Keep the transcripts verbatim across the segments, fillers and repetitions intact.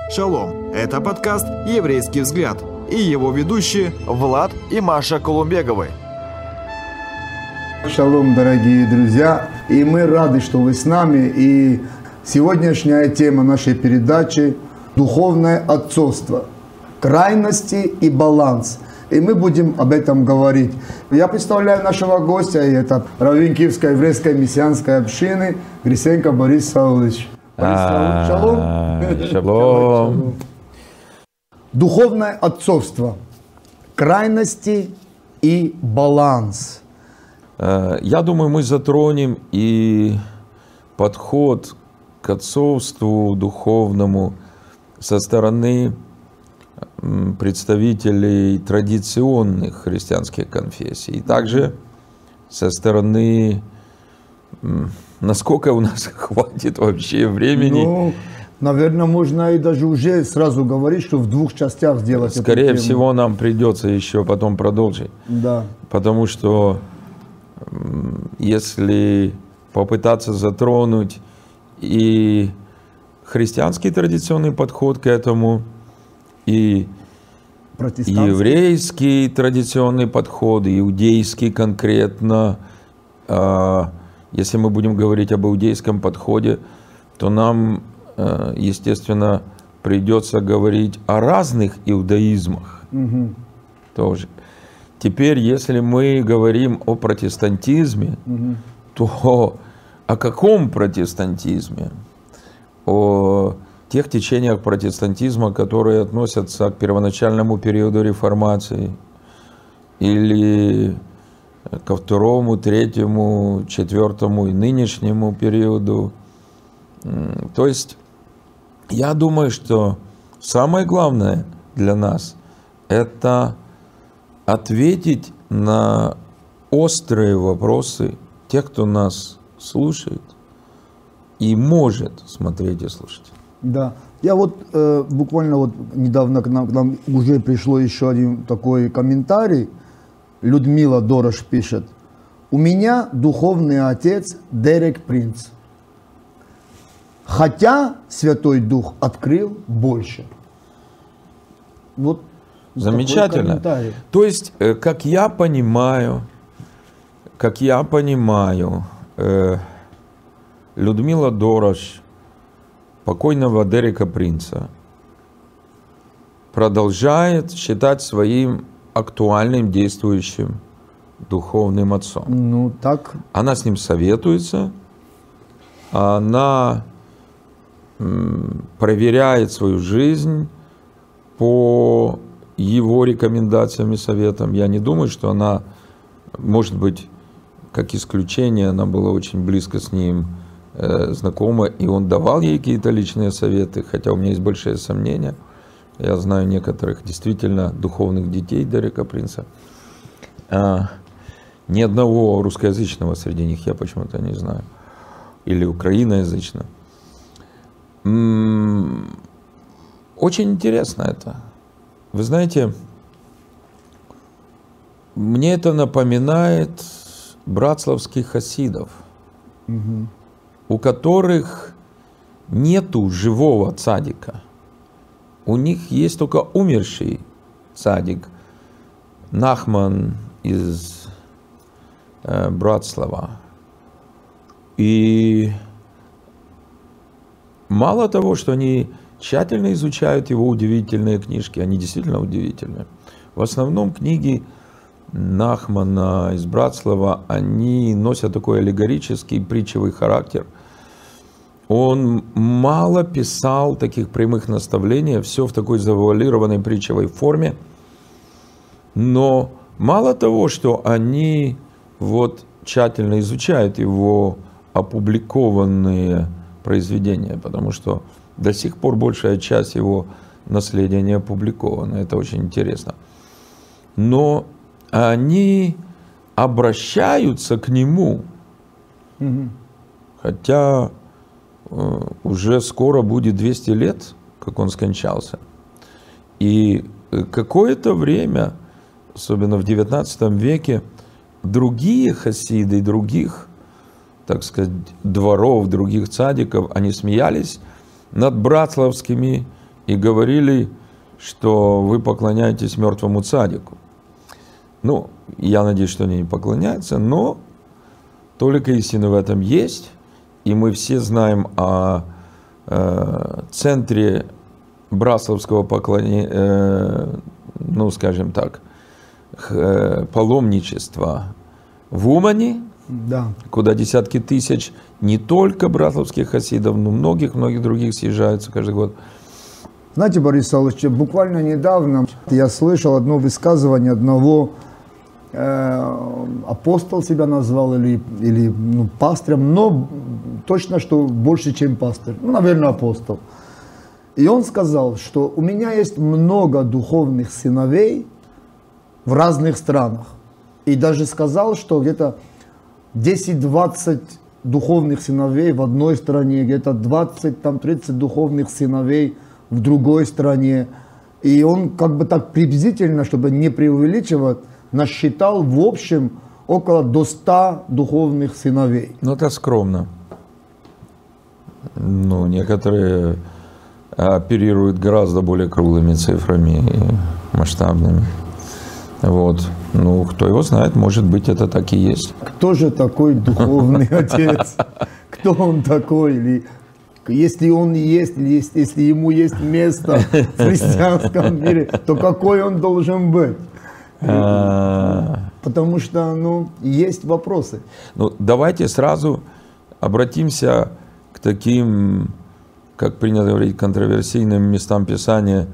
Шалом! Это подкаст «Еврейский взгляд» и его ведущие Влад и Маша Колумбеговы. Шалом, дорогие друзья! И мы рады, что вы с нами. И сегодняшняя тема нашей передачи – духовное отцовство, крайности и баланс. И мы будем об этом говорить. Я представляю нашего гостя, и это раввин Киевской еврейской мессианской общины Гриценко Борис Саулович. Борис Саулович, шалом. Шалом. Духовное отцовство, крайности и баланс. Я думаю, мы затронем и подход к отцовству духовному со стороны представителей традиционных христианских конфессий, и также со стороны, насколько у нас хватит вообще времени. Ну, наверное, можно и даже уже сразу говорить, что в двух частях сделать. Скорее эту тему. всего, нам придется еще потом продолжить. Да. Потому что если попытаться затронуть и христианский традиционный подход к этому, и еврейский традиционный подход, и иудейский конкретно, если мы будем говорить об иудейском подходе, то нам, естественно, придется говорить о разных иудаизмах угу. тоже. Теперь, если мы говорим о протестантизме, угу. то о каком протестантизме? О тех течениях протестантизма, которые относятся к первоначальному периоду реформации, или ко второму, третьему, четвертому и нынешнему периоду. То есть, я думаю, что самое главное для нас – это ответить на острые вопросы тех, кто нас слушает и может смотреть и слушать. Да. Я вот э, буквально вот недавно к нам, к нам уже пришло еще один такой комментарий. Людмила Дорош пишет: у меня духовный отец Дерек Принц. Хотя Святой Дух открыл больше. Вот замечательно. То есть, как я понимаю, как я понимаю, э, Людмила Дорош покойного Дерека Принца продолжает считать своим актуальным, действующим духовным отцом. Ну, так. Она с ним советуется, она проверяет свою жизнь по его рекомендациям и советам. Я не думаю, что она, может быть, как исключение, она была очень близко с ним э, знакома, и он давал ей какие-то личные советы, хотя у меня есть большие сомнения. Я знаю некоторых действительно духовных детей Дерека Принца. А, ни одного русскоязычного среди них я почему-то не знаю. Или украиноязычного. М-м, очень интересно это. Вы знаете, мне это напоминает братславских хасидов, угу. у которых нету живого цадика. У них есть только умерший цадик, Нахман из э, Братслава. И мало того, что они тщательно изучают его удивительные книжки, они действительно удивительные. В основном книги Нахмана из Братслава, они носят такой аллегорический, притчевый характер. Он мало писал таких прямых наставлений, все в такой завуалированной притчевой форме. Но мало того, что они вот тщательно изучают его опубликованные произведения, потому что до сих пор большая часть его наследия не опубликована. Это очень интересно. Но они обращаются к нему, угу. хотя э, уже скоро будет двести лет, как он скончался. И какое-то время, особенно в девятнадцатом веке, другие хасиды, других, так сказать, дворов, других цадиков, они смеялись над братславскими и говорили, что вы поклоняетесь мертвому цадику. Ну, я надеюсь, что они не поклоняются, но только истина в этом есть, и мы все знаем о э, центре браславского поклонения, э, ну, скажем так, э, паломничества в Умане, Да. куда десятки тысяч не только браславских хасидов, но многих-многих других съезжаются каждый год. Знаете, Борис Савлович, буквально недавно я слышал одно высказывание одного, э, апостол себя назвал или, или ну, пастырем, но точно, что больше, чем пастырь, ну, наверное, апостол. И он сказал, что у меня есть много духовных сыновей в разных странах. И даже сказал, что где-то десять-двадцать духовных сыновей в одной стране, где-то двадцать-тридцать духовных сыновей в другой стране. И он как бы так приблизительно, чтобы не преувеличивать, насчитал в общем около до ста духовных сыновей. Ну, это скромно. Ну, некоторые оперируют гораздо более круглыми цифрами, масштабными. Вот. Ну, кто его знает, может быть, это так и есть. Кто же такой духовный отец? Кто он такой? Или если он есть, или есть, если ему есть место в христианском мире, то какой он должен быть? Потому что, ну, есть вопросы. Ну, давайте сразу обратимся к таким, как принято говорить, контроверсийным местам Писания.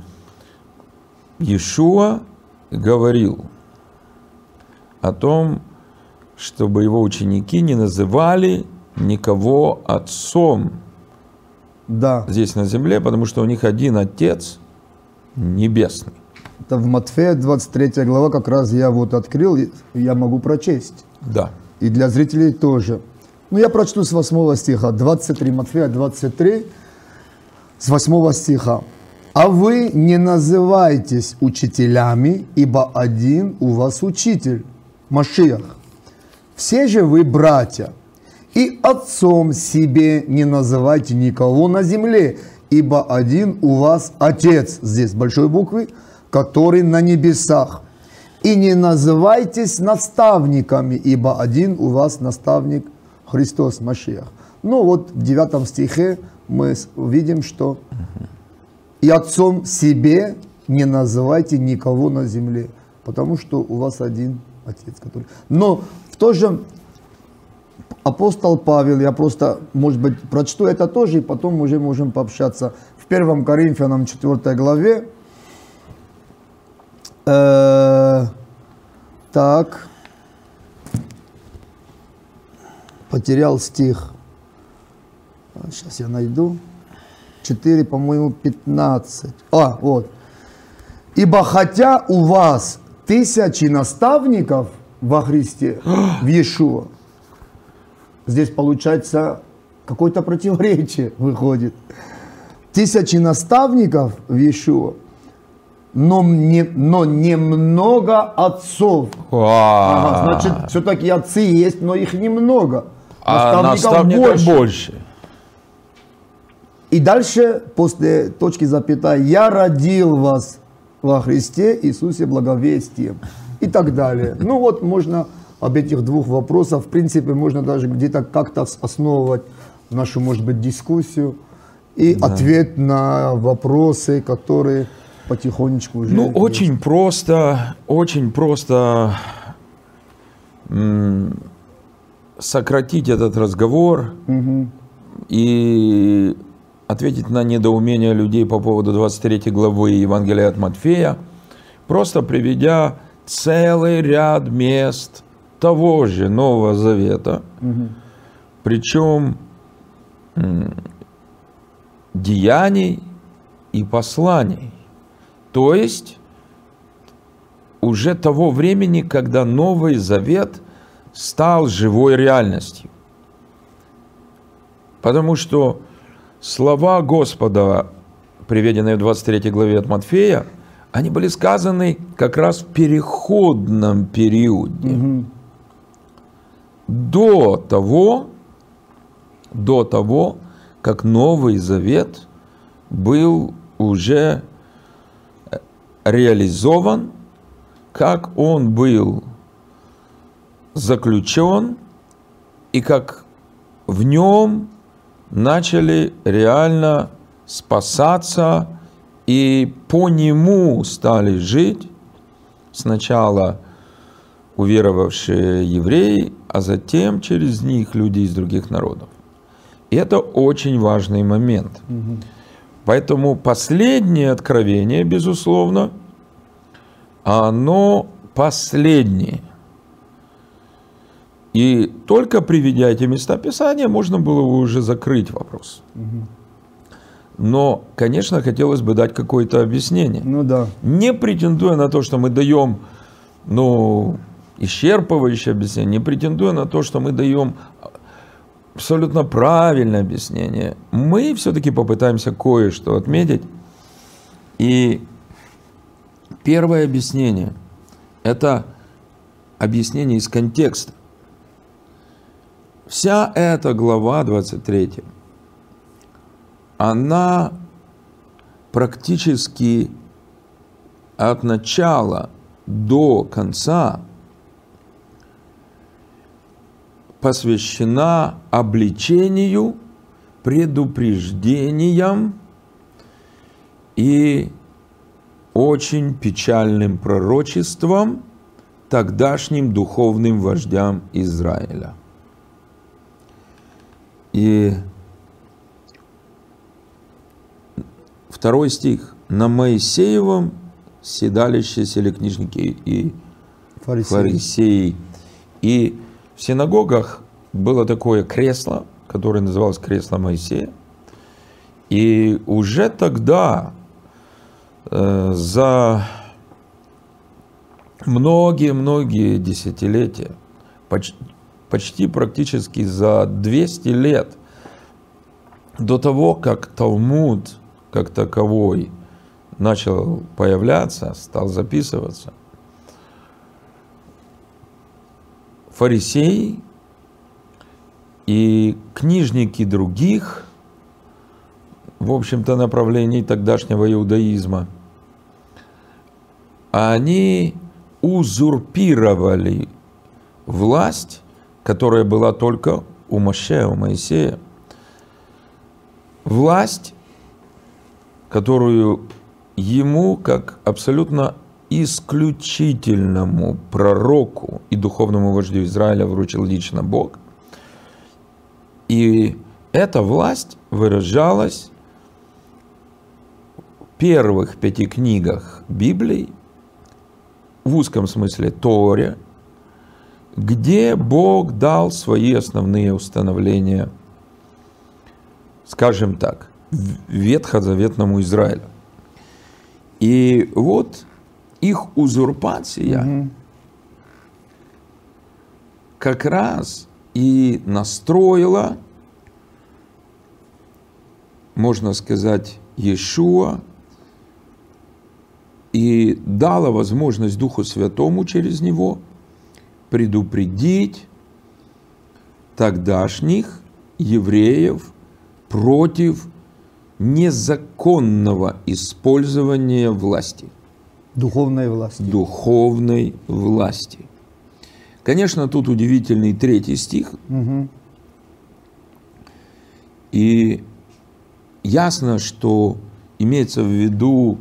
Иешуа говорил о том, чтобы его ученики не называли никого отцом Да. здесь на земле, потому что у них один Отец Небесный. Это в Матфея двадцать третья глава как раз я вот открыл, и я могу прочесть. Да. И для зрителей тоже. Ну, я прочту с восьмого стиха, двадцать три, Матфея двадцать три, с восьмого стиха. «А вы не называйтесь учителями, ибо один у вас учитель, Машиах. Все же вы братья, и отцом себе не называйте никого на земле, ибо один у вас Отец», здесь большой буквы, «который на небесах. И не называйтесь наставниками, ибо один у вас наставник Христос, Машиах». Ну вот в девятом стихе мы видим, что «И отцом себе не называйте никого на земле, потому что у вас один Отец, который...» Но в то же апостол Павел, я просто, может быть, прочту это тоже, и потом уже можем пообщаться. В первом Коринфянам четвёртой главе, э, так, потерял стих, сейчас я найду, четыре, по-моему, пятнадцать. А, вот. «Ибо хотя у вас тысячи наставников во Христе, в Иешуа», здесь получается какое-то противоречие выходит. Тысячи наставников в Иешуа, но, не, но немного отцов. Ага, значит, все-таки отцы есть, но их немного. А наставников больше. больше. И дальше, после точки запятой, «Я родил вас во Христе Иисусе благовестием». И так далее. Ну вот, можно об этих двух вопросах, в принципе, можно даже где-то как-то основывать нашу, может быть, дискуссию и да. ответ на вопросы, которые потихонечку уже... Ну, очень просто, очень просто м- сократить этот разговор угу. и ответить на недоумение людей по поводу двадцать третьей главы Евангелия от Матфея, просто приведя целый ряд мест того же Нового Завета, угу. причем м- деяний и посланий. То есть уже того времени, когда Новый Завет стал живой реальностью. Потому что слова Господа, приведенные в двадцать третьей главе от Матфея, они были сказаны как раз в переходном периоде. Угу. До того, до того, как Новый Завет был уже реализован, как он был заключен и как в нем начали реально спасаться и по нему стали жить сначала уверовавшие евреи, а затем через них люди из других народов. И это очень важный момент. Угу. Поэтому последнее откровение, безусловно, оно последнее. И только приведя эти места Писания, можно было бы уже закрыть вопрос. Угу. Но, конечно, хотелось бы дать какое-то объяснение. Ну да. Не претендуя на то, что мы даем, ну, исчерпывающее объяснение, не претендуя на то, что мы даем абсолютно правильное объяснение, мы все-таки попытаемся кое-что отметить. И первое объяснение – это объяснение из контекста. Вся эта глава двадцать третья, она практически от начала до конца посвящена обличению, предупреждениям и очень печальным пророчествам тогдашним духовным вождям Израиля. И второй стих. На Моисеевом седалище сели книжники и фарисеи. фарисеи. И в синагогах было такое кресло, которое называлось кресло Моисея. И уже тогда, э, за многие-многие десятилетия, почти, почти практически за двести лет до того, как Талмуд как таковой начал появляться, стал записываться, фарисеи и книжники других, в общем-то, направлений тогдашнего иудаизма, они узурпировали власть, которая была только у Моше, у Моисея. Власть, которую ему, как абсолютно исключительному пророку и духовному вождю Израиля, вручил лично Бог. И эта власть выражалась в первых пяти книгах Библии, в узком смысле Торе, где Бог дал свои основные установления, скажем так, ветхозаветному Израилю. И вот их узурпация угу. как раз и настроила, можно сказать, Иешуа, и дала возможность Духу Святому через него предупредить тогдашних евреев против незаконного использования власти. Духовной власти. Духовной власти. Конечно, тут удивительный третий стих. Угу. И ясно, что имеется в виду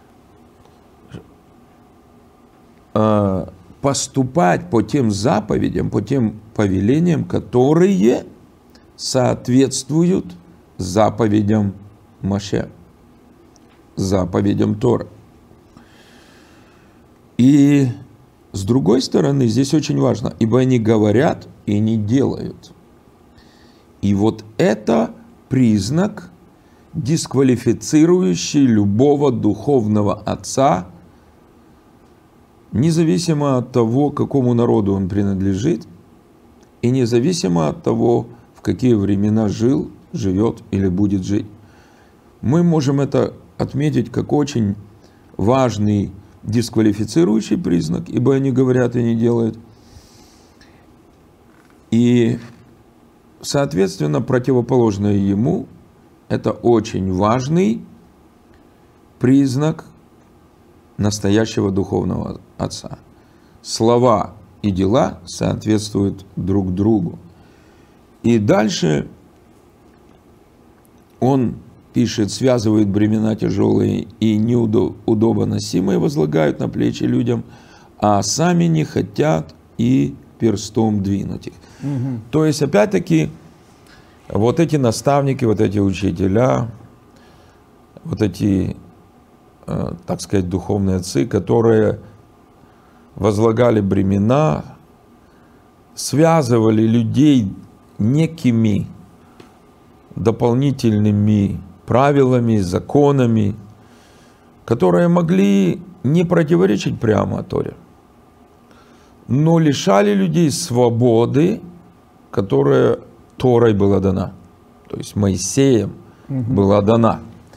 э, поступать по тем заповедям, по тем повелениям, которые соответствуют заповедям Моше, заповедям Тора. И с другой стороны, здесь очень важно, ибо они говорят и не делают. И вот это признак, дисквалифицирующий любого духовного отца, независимо от того, к какому народу он принадлежит, и независимо от того, в какие времена жил, живет или будет жить. Мы можем это отметить как очень важный дисквалифицирующий признак, ибо они говорят и не делают. И, соответственно, противоположное ему, это очень важный признак настоящего духовного отца. Слова и дела соответствуют друг другу. И дальше он пишет: связывают бремена тяжелые и неудобоносимые, возлагают на плечи людям, а сами не хотят и перстом двинуть их. Угу. То есть, опять-таки, вот эти наставники, вот эти учителя, вот эти, э, так сказать, духовные отцы, которые возлагали бремена, связывали людей некими дополнительными правилами, законами, которые могли не противоречить прямо Торе, но лишали людей свободы, которая Торой была дана, то есть Моисеем угу. была дана.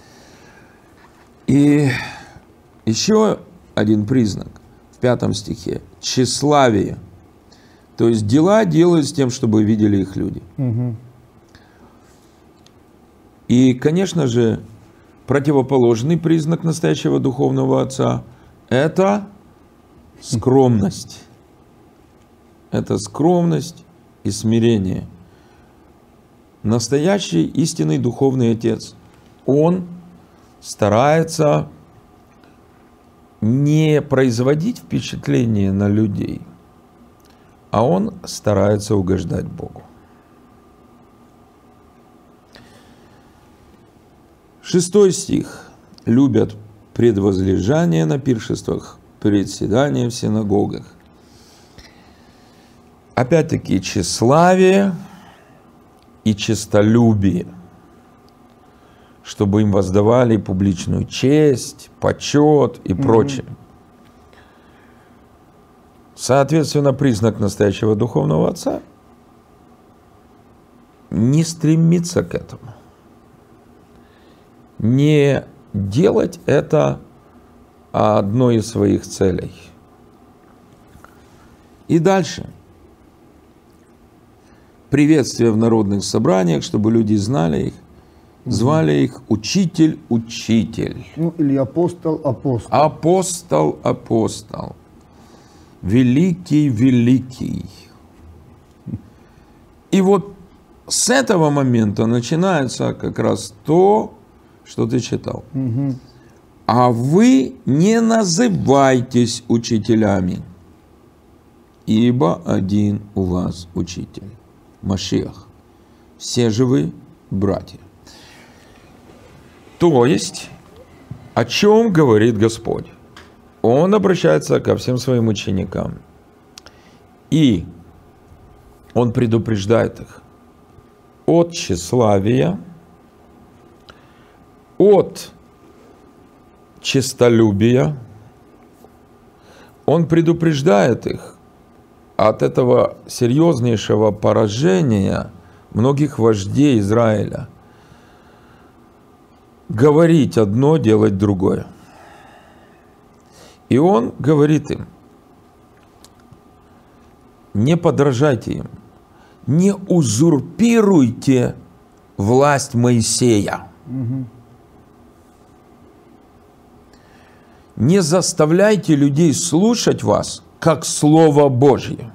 И еще один признак в пятом стихе – тщеславие. То есть дела делают с тем, чтобы видели их люди. Угу. И, конечно же, противоположный признак настоящего духовного отца – это скромность. Это скромность и смирение. Настоящий истинный духовный отец, он старается не производить впечатление на людей, а он старается угождать Богу. Шестой стих. Любят предвозлежание на пиршествах, председание в синагогах. Опять-таки, тщеславие и честолюбие, чтобы им воздавали публичную честь, почет и прочее. Mm-hmm. Соответственно, признак настоящего духовного отца – не стремиться к этому, не делать это одной из своих целей. И дальше. Приветствие в народных собраниях, чтобы люди знали их, звали их учитель, учитель. Ну, или апостол, апостол. Апостол, апостол. Великий, великий. И вот с этого момента начинается как раз то, что ты читал. Угу. А вы не называйтесь учителями, ибо один у вас учитель, Машиах. Все же вы братья. То есть, о чем говорит Господь? Он обращается ко всем своим ученикам. И он предупреждает их от тщеславия, от честолюбия. Он предупреждает их от этого серьезнейшего поражения многих вождей Израиля. Говорить одно, делать другое. И он говорит им: не подражайте им, не узурпируйте власть Моисея. Угу. Не заставляйте людей слушать вас, как Слово Божье.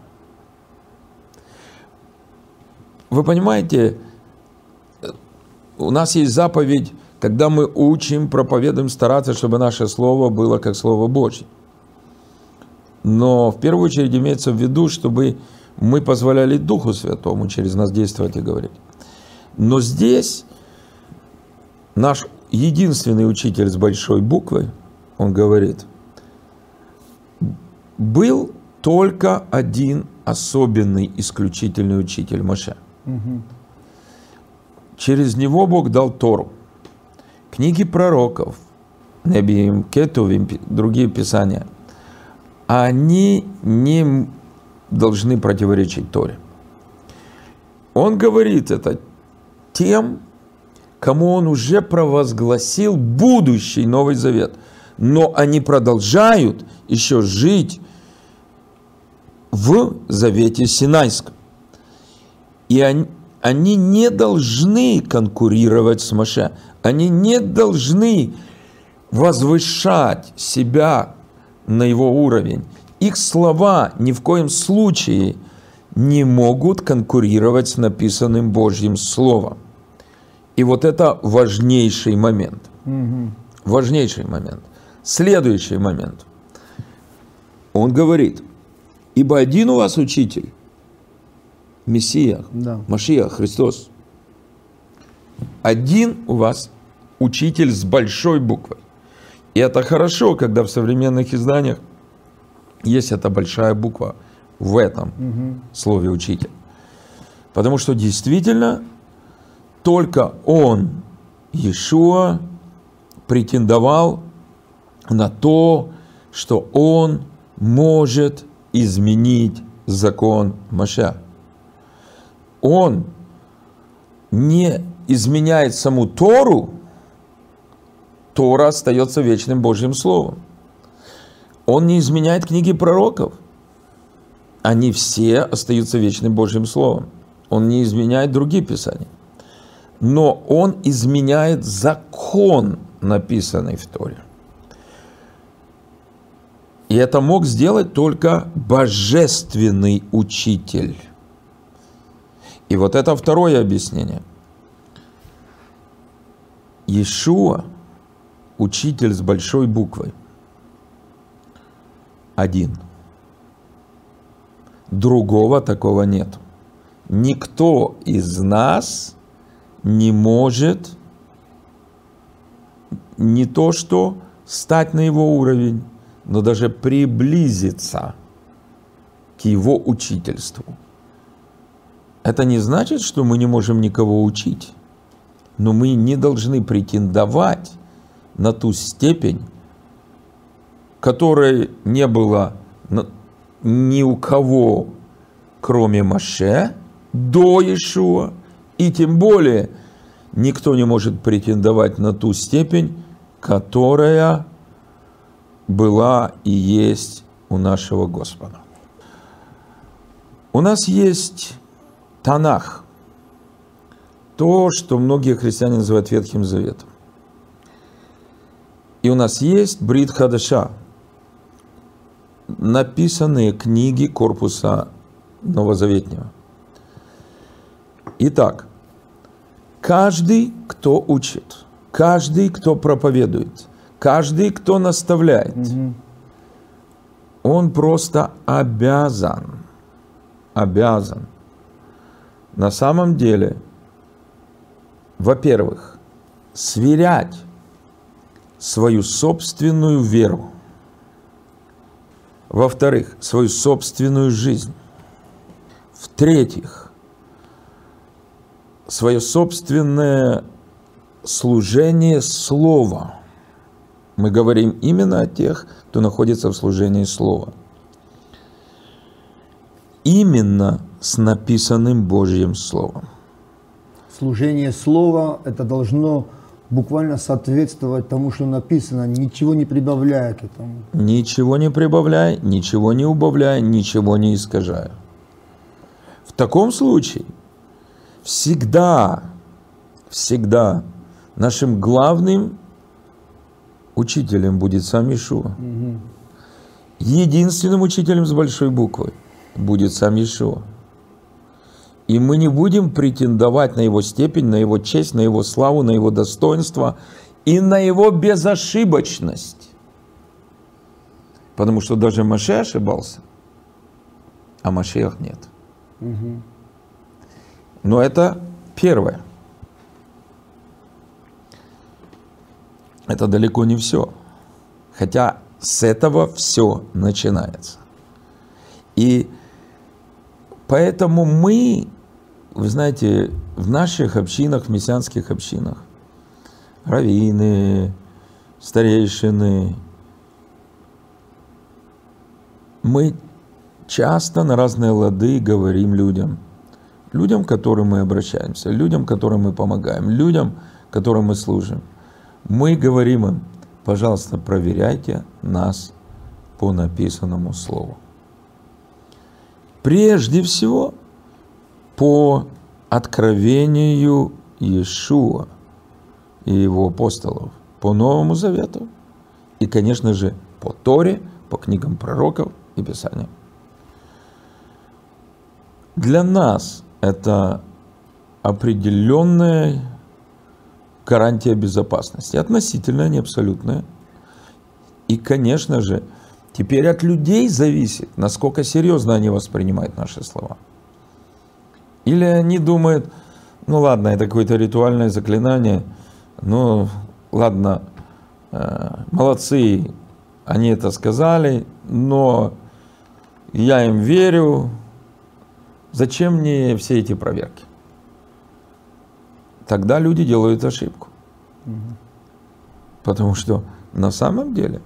Вы понимаете, у нас есть заповедь, когда мы учим, проповедуем, стараться, чтобы наше Слово было как Слово Божье. Но в первую очередь имеется в виду, чтобы мы позволяли Духу Святому через нас действовать и говорить. Но здесь наш единственный учитель с большой буквы, он говорит: был только один особенный, исключительный учитель, Моше. Угу. Через него Бог дал Тору, книги пророков, Небиим, Кетувим, другие писания. Они не должны противоречить Торе. Он говорит это тем, кому он уже провозгласил будущий Новый Завет. Но они продолжают еще жить в Завете Синайском. И они, они не должны конкурировать с Моше. Они не должны возвышать себя на его уровень. Их слова ни в коем случае не могут конкурировать с написанным Божьим Словом. И вот это важнейший момент. Мгм. Важнейший момент. Следующий момент. Он говорит: ибо один у вас учитель, Мессия, Да. Машиах, Христос. Один у вас учитель с большой буквы. И это хорошо, когда в современных изданиях есть эта большая буква в этом Мгм. слове «учитель». Потому что действительно только он, Иешуа, претендовал на то, что он может изменить закон Машиаха. Он не изменяет саму Тору, Тора остается вечным Божьим Словом. Он не изменяет книги пророков, они все остаются вечным Божьим Словом. Он не изменяет другие писания. Но он изменяет закон, написанный в Торе. И это мог сделать только божественный учитель. И вот это второе объяснение. Иешуа, учитель с большой буквой, один. Другого такого нет. Никто из нас не может не то что стать на его уровень, но даже приблизиться к его учительству. Это не значит, что мы не можем никого учить, но мы не должны претендовать на ту степень, которой не было ни у кого, кроме Моше, до Иешуа, и тем более никто не может претендовать на ту степень, которая была и есть у нашего Господа. У нас есть Танах, то, что многие христиане называют Ветхим Заветом. И у нас есть Брит Хадаша, написанные книги корпуса Новозаветнего. Итак, каждый, кто учит, каждый, кто проповедует, каждый, кто наставляет, Мгм. он просто обязан, обязан на самом деле, во-первых, сверять свою собственную веру, во-вторых, свою собственную жизнь, в-третьих, свое собственное служение Слова. Мы говорим именно о тех, кто находится в служении Слова. Именно с написанным Божьим Словом. Служение слова — это должно буквально соответствовать тому, что написано, ничего не прибавляя к этому. Ничего не прибавляй, ничего не убавляй, ничего не искажая. В таком случае всегда, всегда нашим главным учителем будет сам Иешуа. Мгм. Единственным учителем с большой буквы будет сам Иешуа. И мы не будем претендовать на его степень, на его честь, на его славу, на его достоинство и на его безошибочность. Потому что даже Моше ошибался, а Машиах нет. Мгм. Но это первое. Это далеко не все. Хотя с этого все начинается. И поэтому мы, вы знаете, в наших общинах, в мессианских общинах, раввины, старейшины, мы часто на разные лады говорим людям, людям, к которым мы обращаемся, людям, которым мы помогаем, людям, которым мы служим. Мы говорим им: пожалуйста, проверяйте нас по написанному слову. Прежде всего, по откровению Иешуа и его апостолов, по Новому Завету, И, конечно же, по Торе, по книгам пророков и Писаниям. Для нас это определенная гарантия безопасности, относительная, не абсолютная. И, конечно же, теперь от людей зависит, насколько серьезно они воспринимают наши слова. Или они думают, ну ладно, это какое-то ритуальное заклинание, ну ладно, э, молодцы, они это сказали, но я им верю, зачем мне все эти проверки? Тогда люди делают ошибку. Угу. Потому что на самом деле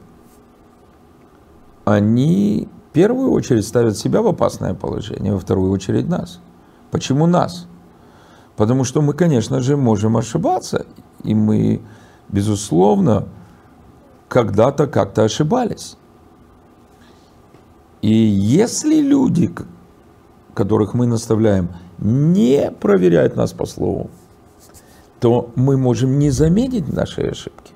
они в первую очередь ставят себя в опасное положение, во вторую очередь нас. Почему нас? Потому что мы, конечно же, можем ошибаться, и мы, безусловно, когда-то как-то ошибались. И если люди, которых мы наставляем, не проверяют нас по слову, то мы можем не заметить нашей ошибки.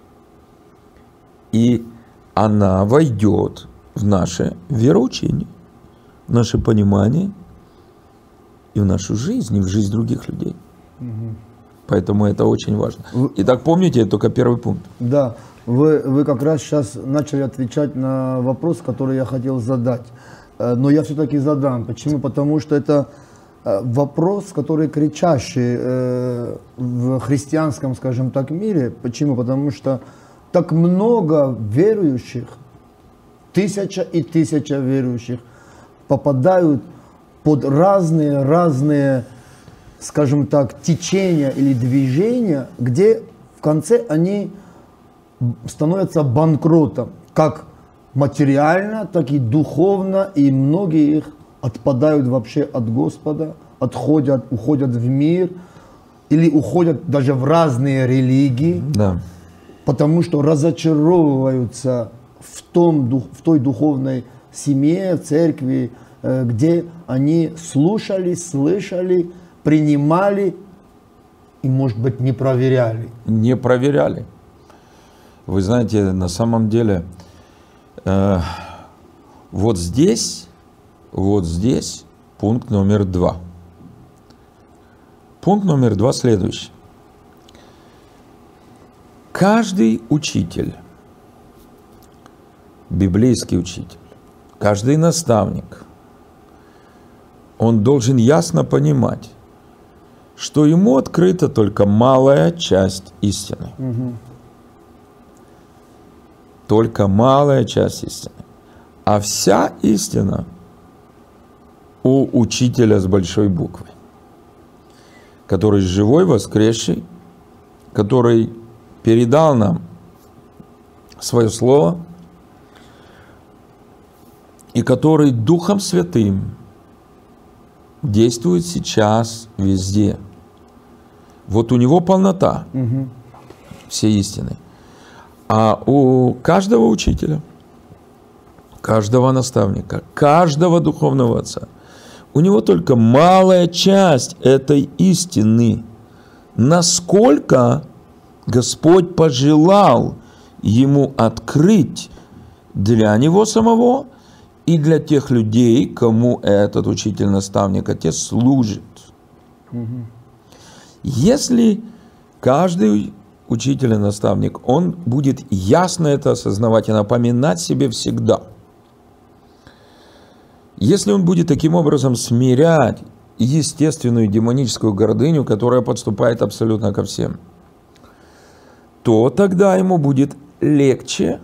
И она войдет в наше вероучение, в наше понимание и в нашу жизнь, и в жизнь других людей. Угу. Поэтому это очень важно. Итак, помните, это только первый пункт. Да, вы, вы как раз сейчас начали отвечать на вопрос, который я хотел задать. Но я все-таки задам. Почему? Потому что это вопрос, который кричащий в христианском, скажем так, мире. Почему? Потому что так много верующих, тысяча и тысяча верующих попадают под разные, разные, скажем так, течения или движения, где в конце они становятся банкротом, как материально, так и духовно, и многие их отпадают вообще от Господа, отходят, уходят в мир, или уходят даже в разные религии, да. Потому что разочаровываются в, том, в той духовной семье, церкви, где они слушали, слышали, принимали и, может быть, не проверяли. Не проверяли. Вы знаете, на самом деле, э, вот здесь, вот здесь пункт номер два. Пункт номер два следующий. Каждый учитель, библейский учитель, каждый наставник, он должен ясно понимать, что ему открыта только малая часть истины. Угу. Только малая часть истины. А вся истина у учителя с большой буквы, который живой, воскресший, который передал нам свое слово и который Духом Святым действует сейчас везде. Вот у него полнота угу. всей истины. А у каждого учителя, каждого наставника, каждого духовного отца, у него только малая часть этой истины. Насколько Господь пожелал ему открыть для него самого и для тех людей, кому этот учитель-наставник, отец служит. Угу. Если каждый учитель и наставник, он будет ясно это осознавать и напоминать себе всегда. Если он будет таким образом смирять естественную демоническую гордыню, которая подступает абсолютно ко всем, то тогда ему будет легче,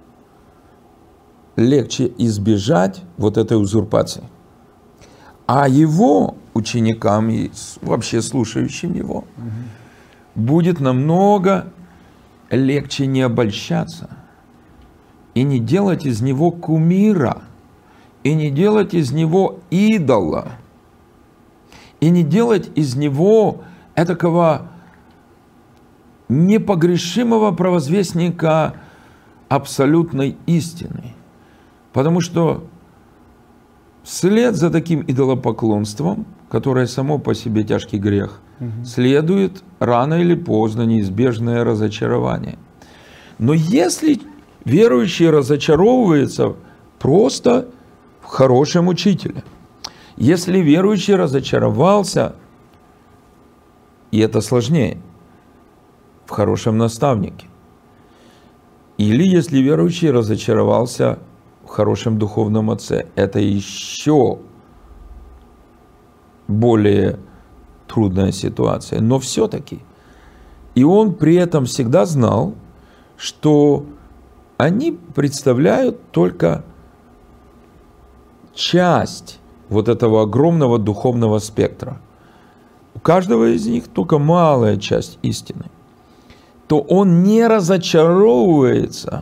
легче избежать вот этой узурпации. А его ученикам и вообще слушающим его угу. будет намного легче не обольщаться и не делать из него кумира, и не делать из него идола, и не делать из него этакого непогрешимого провозвестника абсолютной истины. Потому что вслед за таким идолопоклонством, которое само по себе тяжкий грех, угу. следует рано или поздно неизбежное разочарование. Но если верующий разочаровывается просто в хорошем учителе. Если верующий разочаровался, и это сложнее, в хорошем наставнике. Или если верующий разочаровался в хорошем духовном отце, это еще более трудная ситуация. Но все-таки. И он при этом всегда знал, что они представляют только часть вот этого огромного духовного спектра. У каждого из них только малая часть истины. То он не разочаровывается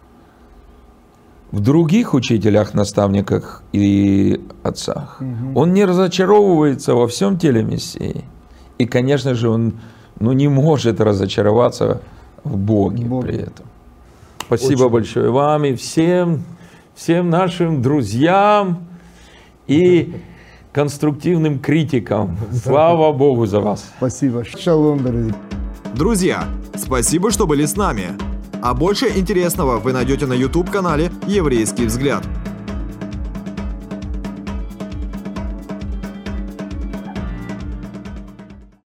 в других учителях, наставниках и отцах. Угу. Он не разочаровывается во всем теле Мессии. И, конечно же, он ну, не может разочароваться в Боге, Боге. При этом. Спасибо Очень. Большое вам и всем, всем нашим друзьям и конструктивным критикам. Слава Богу за вас. Спасибо. Шалом, дорогие. Друзья, спасибо, что были с нами. А больше интересного вы найдете на YouTube-канале «Еврейский взгляд».